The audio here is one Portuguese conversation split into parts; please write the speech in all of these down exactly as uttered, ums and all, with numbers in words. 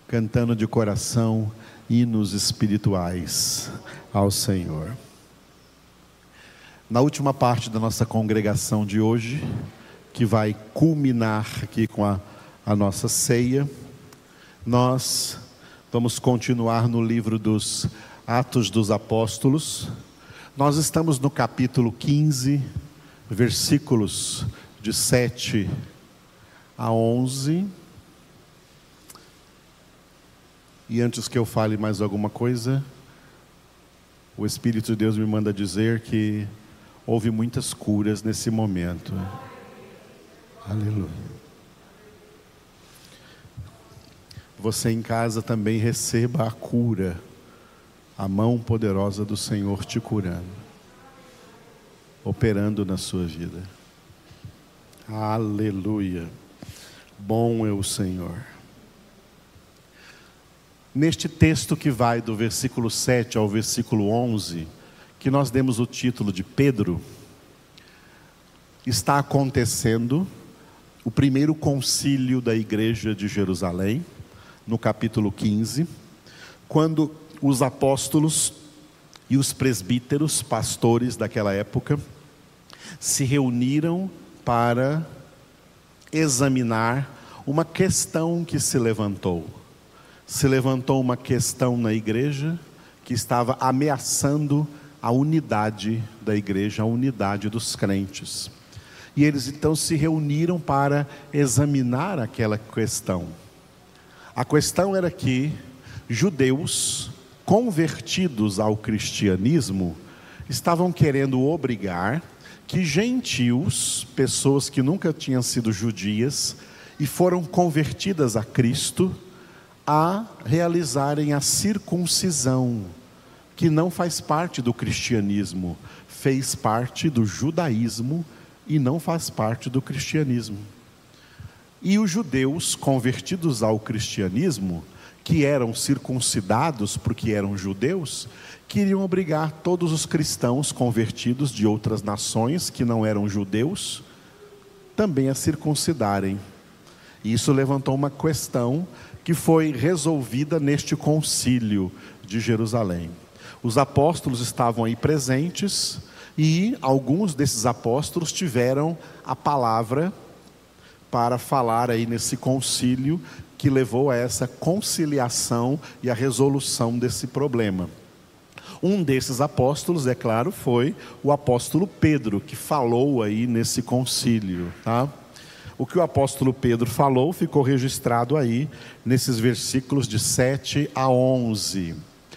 cantando de coração hinos espirituais ao Senhor. Na última parte da nossa congregação de hoje, que vai culminar aqui com a, a nossa ceia, nós vamos continuar no livro dos Atos dos Apóstolos. Nós estamos no capítulo quinze, versículos de sete a onze. E antes que eu fale mais alguma coisa, o Espírito de Deus me manda dizer que houve muitas curas nesse momento. Aleluia. Você em casa também receba a cura, a mão poderosa do Senhor te curando, operando na sua vida. Aleluia. Bom é o Senhor. Neste texto que vai do versículo sete ao versículo onze, que nós demos o título de Pedro, está acontecendo o primeiro concílio da igreja de Jerusalém, no capítulo quinze, quando os apóstolos e os presbíteros, pastores daquela época, se reuniram para examinar uma questão que se levantou. Se levantou uma questão na igreja que estava ameaçando a unidade da igreja, a unidade dos crentes. E eles então se reuniram para examinar aquela questão. A questão era que judeus convertidos ao cristianismo estavam querendo obrigar que gentios, pessoas que nunca tinham sido judias e foram convertidas a Cristo, a realizarem a circuncisão, que não faz parte do cristianismo, fez parte do judaísmo e não faz parte do cristianismo. E os judeus convertidos ao cristianismo, que eram circuncidados porque eram judeus, queriam obrigar todos os cristãos convertidos de outras nações que não eram judeus também a circuncidarem. E isso levantou uma questão que foi resolvida neste concílio de Jerusalém. Os apóstolos estavam aí presentes e alguns desses apóstolos tiveram a palavra para falar aí nesse concílio que levou a essa conciliação e a resolução desse problema. Um desses apóstolos, é claro, foi o apóstolo Pedro, que falou aí nesse concílio, tá? O que o apóstolo Pedro falou ficou registrado aí nesses versículos de sete a onze.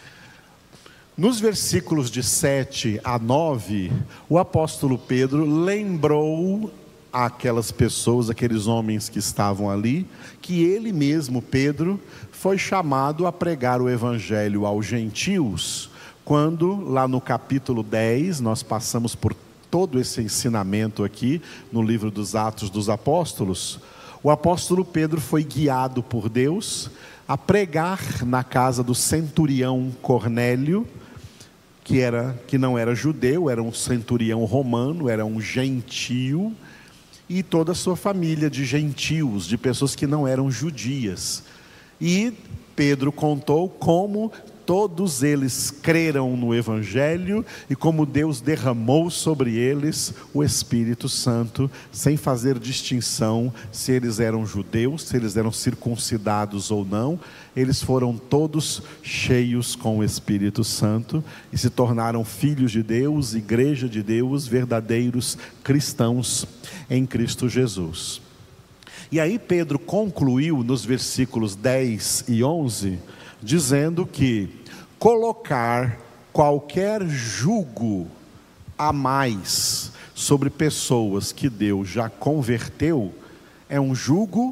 Nos versículos de sete a nove, o apóstolo Pedro lembrou àquelas pessoas, aqueles homens que estavam ali, que ele mesmo, Pedro, foi chamado a pregar o evangelho aos gentios, quando lá no capítulo dez, nós passamos por todo esse ensinamento aqui no livro dos Atos dos Apóstolos, o apóstolo Pedro foi guiado por Deus a pregar na casa do centurião Cornélio, que, era, que não era judeu, era um centurião romano, era um gentio, e toda a sua família de gentios, de pessoas que não eram judias. E Pedro contou como todos eles creram no Evangelho e como Deus derramou sobre eles o Espírito Santo, sem fazer distinção se eles eram judeus, se eles eram circuncidados ou não. Eles foram todos cheios com o Espírito Santo e se tornaram filhos de Deus, igreja de Deus, verdadeiros cristãos em Cristo Jesus. E aí Pedro concluiu nos versículos dez e onze, dizendo que colocar qualquer jugo a mais sobre pessoas que Deus já converteu é um jugo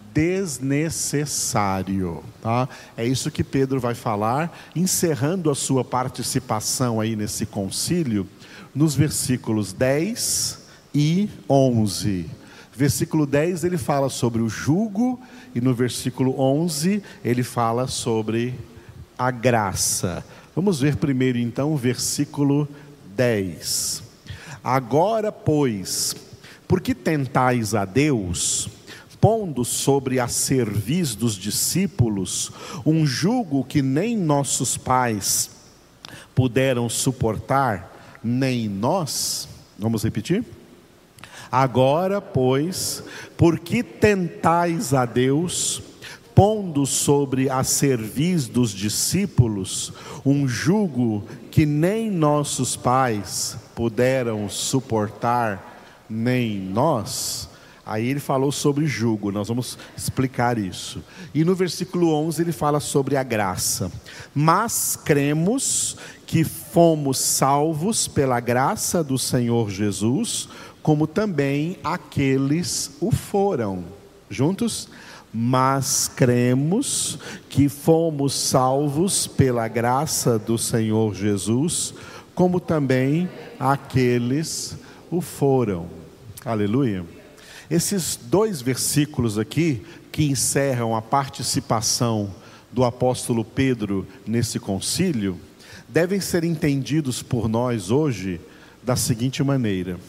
desnecessário, tá? É isso que Pedro vai falar, encerrando a sua participação aí nesse concílio, nos versículos dez e onze. Versículo dez ele fala sobre o jugo e no versículo onze ele fala sobre a graça. Vamos ver primeiro então o versículo dez. Agora, pois, por que tentais a Deus pondo sobre a cerviz dos discípulos um jugo que nem nossos pais puderam suportar, nem nós. Vamos repetir? Agora, pois, por que tentais a Deus, pondo sobre a cerviz dos discípulos um jugo que nem nossos pais puderam suportar, nem nós? Aí ele falou sobre jugo, nós vamos explicar isso. E no versículo onze ele fala sobre a graça. Mas cremos que fomos salvos pela graça do Senhor Jesus, como também aqueles o foram. Juntos? Mas cremos que fomos salvos pela graça do Senhor Jesus, como também aqueles o foram. Aleluia. Esses dois versículos aqui, que encerram a participação do apóstolo Pedro nesse concílio, devem ser entendidos por nós hoje da seguinte maneira: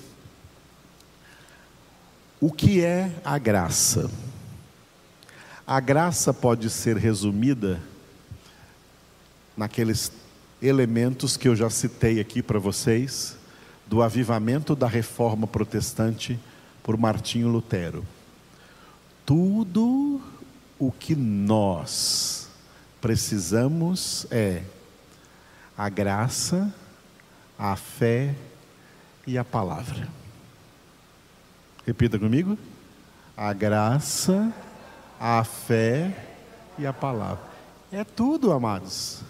o que é a graça? A graça pode ser resumida naqueles elementos que eu já citei aqui para vocês, do avivamento da reforma protestante por Martinho Lutero. Tudo o que nós precisamos é a graça, a fé e a palavra. Repita comigo: a graça, a fé e a palavra. É tudo, amados.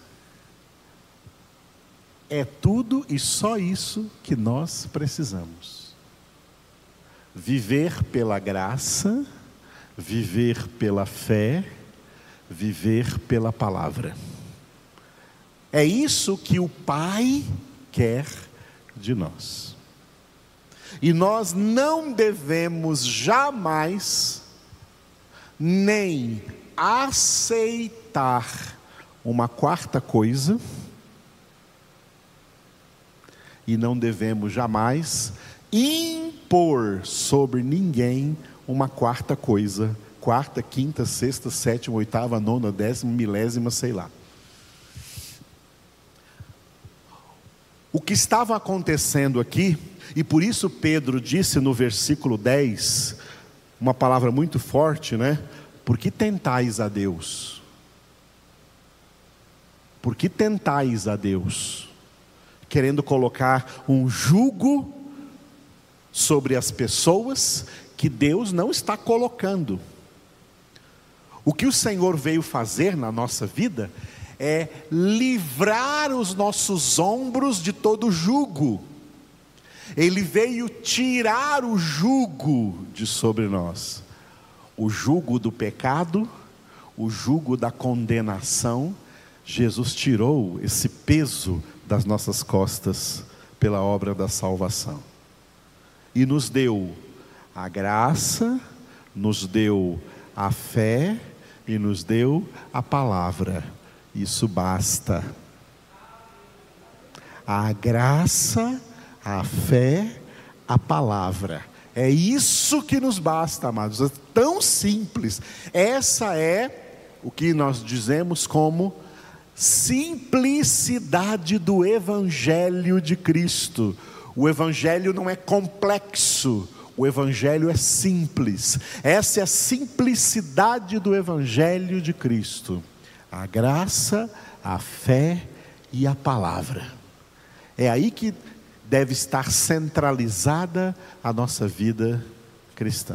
É tudo e só isso que nós precisamos. Viver pela graça, viver pela fé, viver pela palavra. É isso que o Pai quer de nós. E nós não devemos jamais nem aceitar uma quarta coisa, e não devemos jamais impor sobre ninguém uma quarta coisa, quarta, quinta, sexta, sétima, oitava, nona, décima, milésima, sei lá. O que estava acontecendo aqui, e por isso Pedro disse no versículo dez, uma palavra muito forte, né? Por que tentais a Deus? Por que tentais a Deus? Querendo colocar um jugo sobre as pessoas que Deus não está colocando. O que o Senhor veio fazer na nossa vida é livrar os nossos ombros de todo jugo. Ele veio tirar o jugo de sobre nós. O jugo do pecado, o jugo da condenação. Jesus tirou esse peso das nossas costas pela obra da salvação. E nos deu a graça, nos deu a fé e nos deu a palavra. Isso basta. A graça, a fé, a palavra. É isso que nos basta, amados. É tão simples. Essa é o que nós dizemos como simplicidade do Evangelho de Cristo. O Evangelho não é complexo, o Evangelho é simples. Essa é a simplicidade do Evangelho de Cristo. A graça, a fé e a palavra. É aí que deve estar centralizada a nossa vida cristã.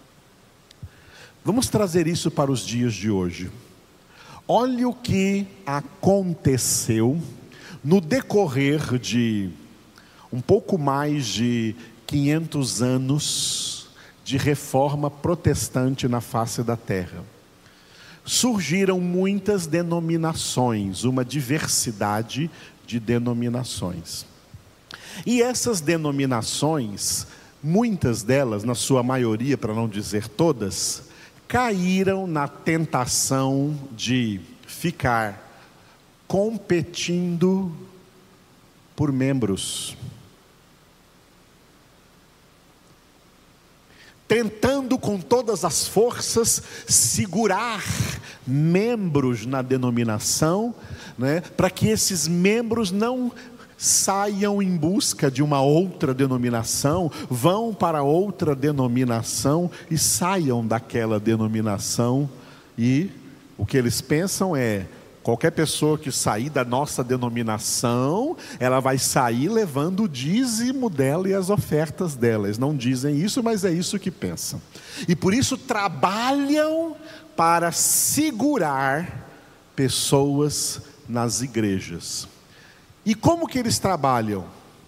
Vamos trazer isso para os dias de hoje. Olha o que aconteceu no decorrer de um pouco mais de quinhentos anos de reforma protestante na face da terra. Surgiram muitas denominações, uma diversidade de denominações. E essas denominações, muitas delas, na sua maioria, para não dizer todas, caíram na tentação de ficar competindo por membros. tentando com todas as forças segurar membros na denominação, né, para que esses membros não saiam em busca de uma outra denominação, vão para outra denominação e saiam daquela denominação. E o que eles pensam é: qualquer pessoa que sair da nossa denominação, ela vai sair levando o dízimo dela e as ofertas dela. Eles não dizem isso, mas é isso que pensam. E por isso trabalham para segurar pessoas nas igrejas. E como que eles trabalham?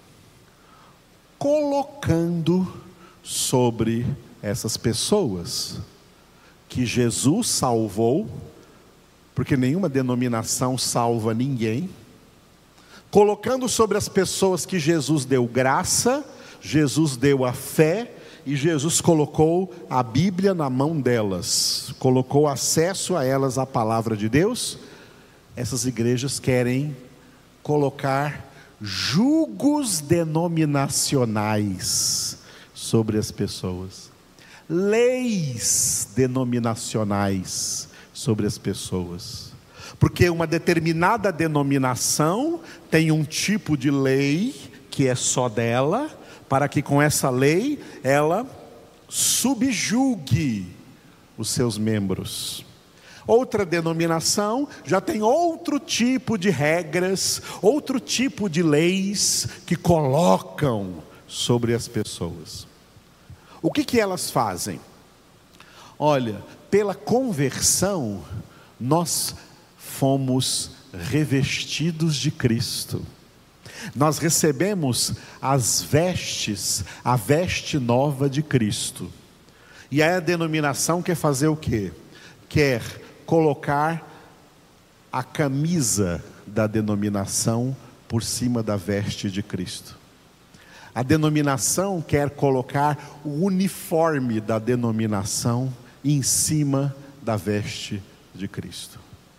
Colocando sobre essas pessoas que Jesus salvou, porque nenhuma denominação salva ninguém, colocando sobre as pessoas que Jesus deu graça, Jesus deu a fé, e Jesus colocou a Bíblia na mão delas, colocou acesso a elas à palavra de Deus. Essas igrejas querem colocar julgos denominacionais sobre as pessoas, leis denominacionais sobre as pessoas, porque uma determinada denominação tem um tipo de lei que é só dela, para que com essa lei ela subjugue os seus membros. Outra denominação já tem outro tipo de regras, outro tipo de leis que colocam sobre as pessoas. O que que elas fazem? Olha, pela conversão, nós fomos revestidos de Cristo. Nós recebemos as vestes, a veste nova de Cristo. E aí a denominação quer fazer o quê? Quer colocar a camisa da denominação por cima da veste de Cristo. A denominação quer colocar o uniforme da denominação em cima da veste de Cristo.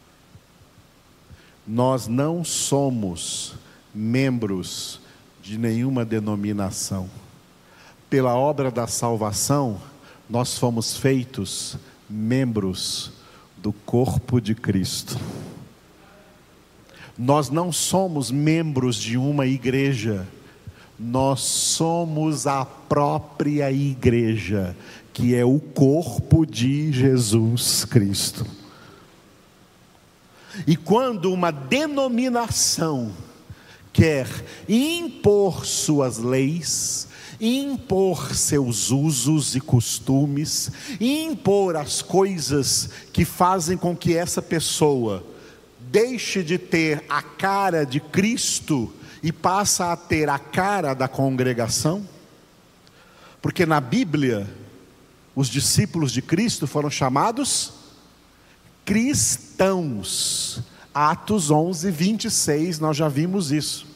Nós não somos membros de nenhuma denominação. Pela obra da salvação, nós fomos feitos membros do corpo de Cristo. Nós não somos membros de uma igreja, nós somos a própria igreja, que é o corpo de Jesus Cristo. E quando uma denominação quer impor suas leis, impor seus usos e costumes, impor as coisas que fazem com que essa pessoa deixe de ter a cara de Cristo e passa a ter a cara da congregação, porque na Bíblia os discípulos de Cristo foram chamados cristãos. Atos onze, vinte e seis, nós já vimos isso.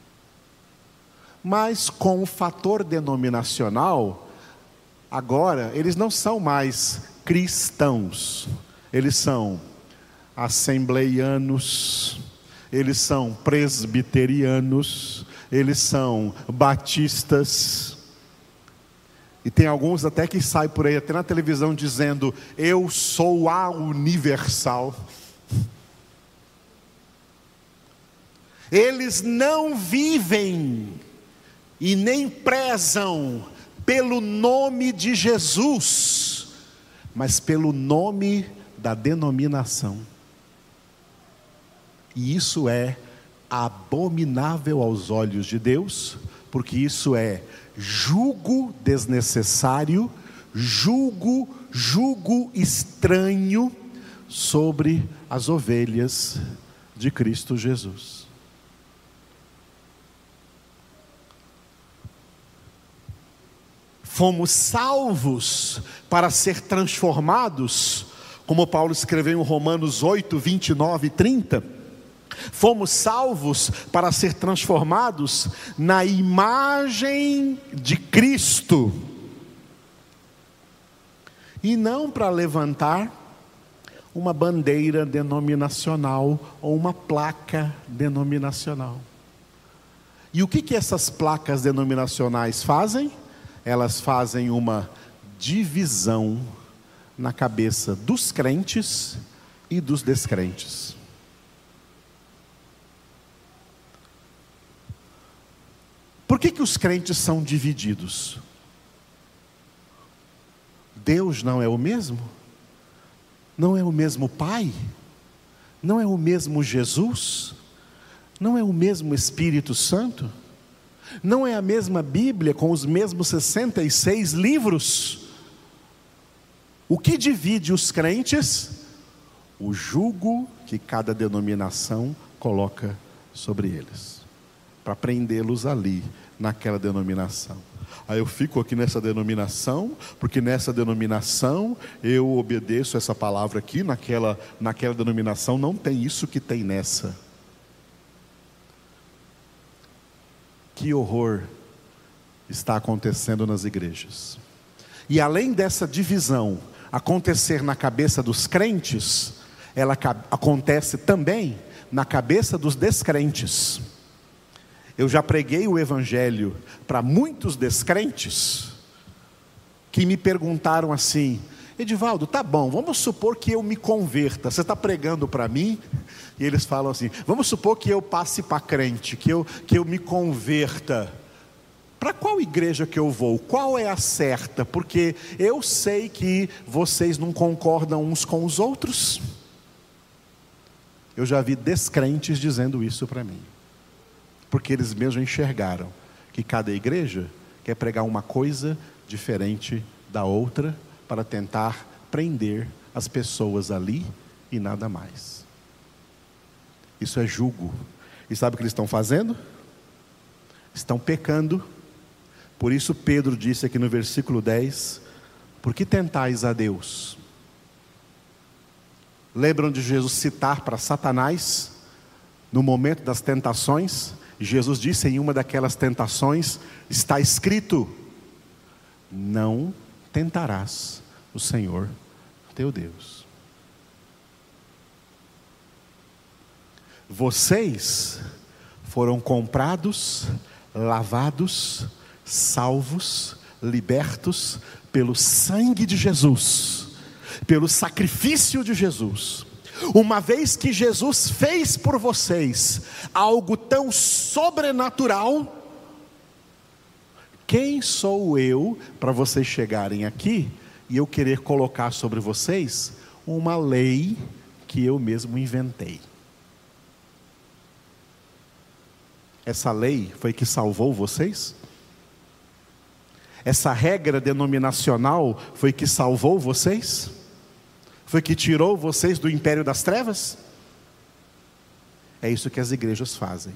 Mas com o fator denominacional, agora eles não são mais cristãos, eles são assembleianos, eles são presbiterianos, eles são batistas. E tem alguns até que saem por aí, até na televisão, dizendo: eu sou a universal. Eles não vivem e nem prezam pelo nome de Jesus, mas pelo nome da denominação. E isso é abominável aos olhos de Deus, porque isso é jugo desnecessário, jugo, jugo estranho sobre as ovelhas de Cristo Jesus. Fomos salvos para ser transformados, como Paulo escreveu em Romanos oito, vinte e nove e trinta. Fomos salvos para ser transformados na imagem de Cristo, e não para levantar uma bandeira denominacional ou uma placa denominacional. E o que que essas placas denominacionais fazem? Elas fazem uma divisão na cabeça dos crentes e dos descrentes. Por que que os crentes são divididos? Deus não é o mesmo? Não é o mesmo Pai? Não é o mesmo Jesus? Não é o mesmo Espírito Santo? Não é a mesma Bíblia com os mesmos sessenta e seis livros? O que divide os crentes? O jugo que cada denominação coloca sobre eles, para prendê-los ali, naquela denominação. Aí eu fico aqui nessa denominação, porque nessa denominação eu obedeço essa palavra aqui, naquela, naquela denominação não tem isso que tem nessa. Que horror está acontecendo nas igrejas. E além dessa divisão acontecer na cabeça dos crentes, ela acontece também na cabeça dos descrentes. Eu já preguei o evangelho para muitos descrentes que me perguntaram assim: Edivaldo, tá bom, vamos supor que eu me converta, você está pregando para mim? E eles falam assim: vamos supor que eu passe para crente, que eu, que eu me converta. Para qual igreja que eu vou? Qual é a certa? Porque eu sei que vocês não concordam uns com os outros. Eu já vi descrentes dizendo isso para mim, porque eles mesmos enxergaram que cada igreja quer pregar uma coisa diferente da outra, para tentar prender as pessoas ali e nada mais. Isso é jugo. E sabe o que eles estão fazendo? Estão pecando. Por isso Pedro disse aqui no versículo dez: por que tentais a Deus? Lembram de Jesus citar para Satanás, no momento das tentações? Jesus disse em uma daquelas tentações: está escrito, não tentarás o Senhor teu Deus. Vocês foram comprados, lavados, salvos, libertos pelo sangue de Jesus, pelo sacrifício de Jesus. Uma vez que Jesus fez por vocês algo tão sobrenatural, quem sou eu para vocês chegarem aqui e eu querer colocar sobre vocês uma lei que eu mesmo inventei? Essa lei foi que salvou vocês? Essa regra denominacional foi que salvou vocês? Foi que tirou vocês do império das trevas? É isso que as igrejas fazem.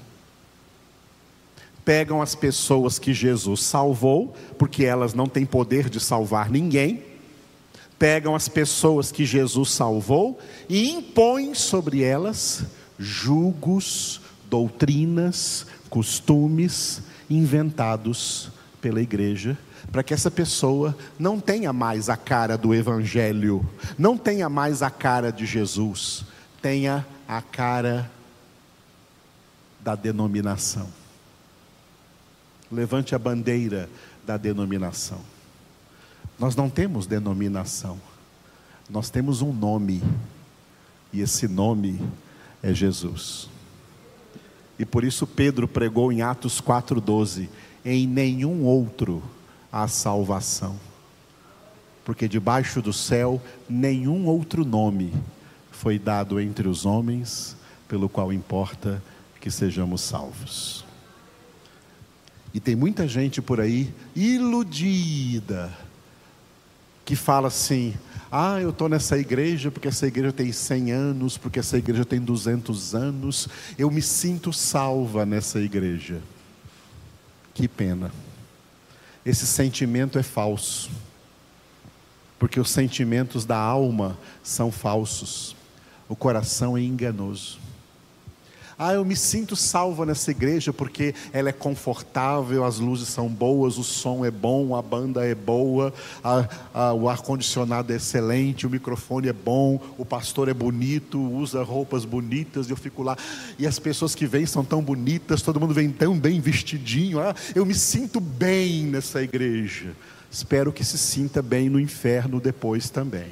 Pegam as pessoas que Jesus salvou, porque elas não têm poder de salvar ninguém. Pegam as pessoas que Jesus salvou e impõem sobre elas julgos, doutrinas, costumes inventados pela igreja, para que essa pessoa não tenha mais a cara do evangelho, não tenha mais a cara de Jesus, tenha a cara da denominação. Levante a bandeira da denominação. Nós não temos denominação, nós temos um nome, e esse nome é Jesus. E por isso Pedro pregou em Atos quatro doze: em nenhum outro há salvação, porque debaixo do céu nenhum outro nome foi dado entre os homens, pelo qual importa que sejamos salvos. E tem muita gente por aí iludida, que fala assim: ah, eu estou nessa igreja porque essa igreja tem cem anos, porque essa igreja tem duzentos anos, eu me sinto salva nessa igreja. Que pena. Esse sentimento é falso, porque os sentimentos da alma são falsos, o coração é enganoso. Ah, eu me sinto salva nessa igreja porque ela é confortável, as luzes são boas, o som é bom, a banda é boa, a, a, o ar-condicionado é excelente, o microfone é bom, o pastor é bonito, usa roupas bonitas, e eu fico lá, e as pessoas que vêm são tão bonitas, todo mundo vem tão bem vestidinho. Ah, eu me sinto bem nessa igreja. espero que se sinta bem no inferno depois também.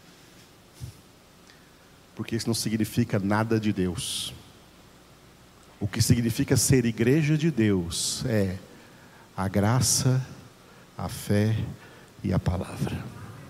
Porque isso não significa nada de Deus. O que significa ser igreja de Deus é a graça, a fé e a palavra.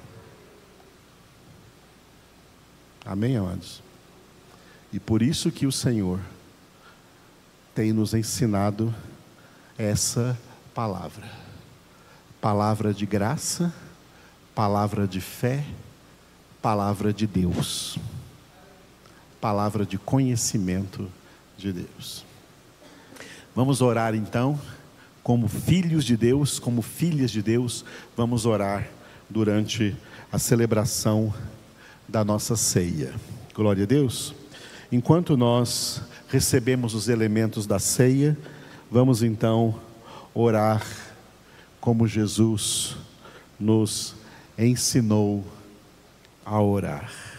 Amém, amados? E por isso que o Senhor tem nos ensinado essa palavra. Palavra de graça, palavra de fé, palavra de Deus. Palavra de conhecimento de Deus. Vamos orar então, como filhos de Deus, como filhas de Deus, vamos orar durante a celebração da nossa ceia. Glória a Deus. Enquanto nós recebemos os elementos da ceia, vamos então orar como Jesus nos ensinou a orar.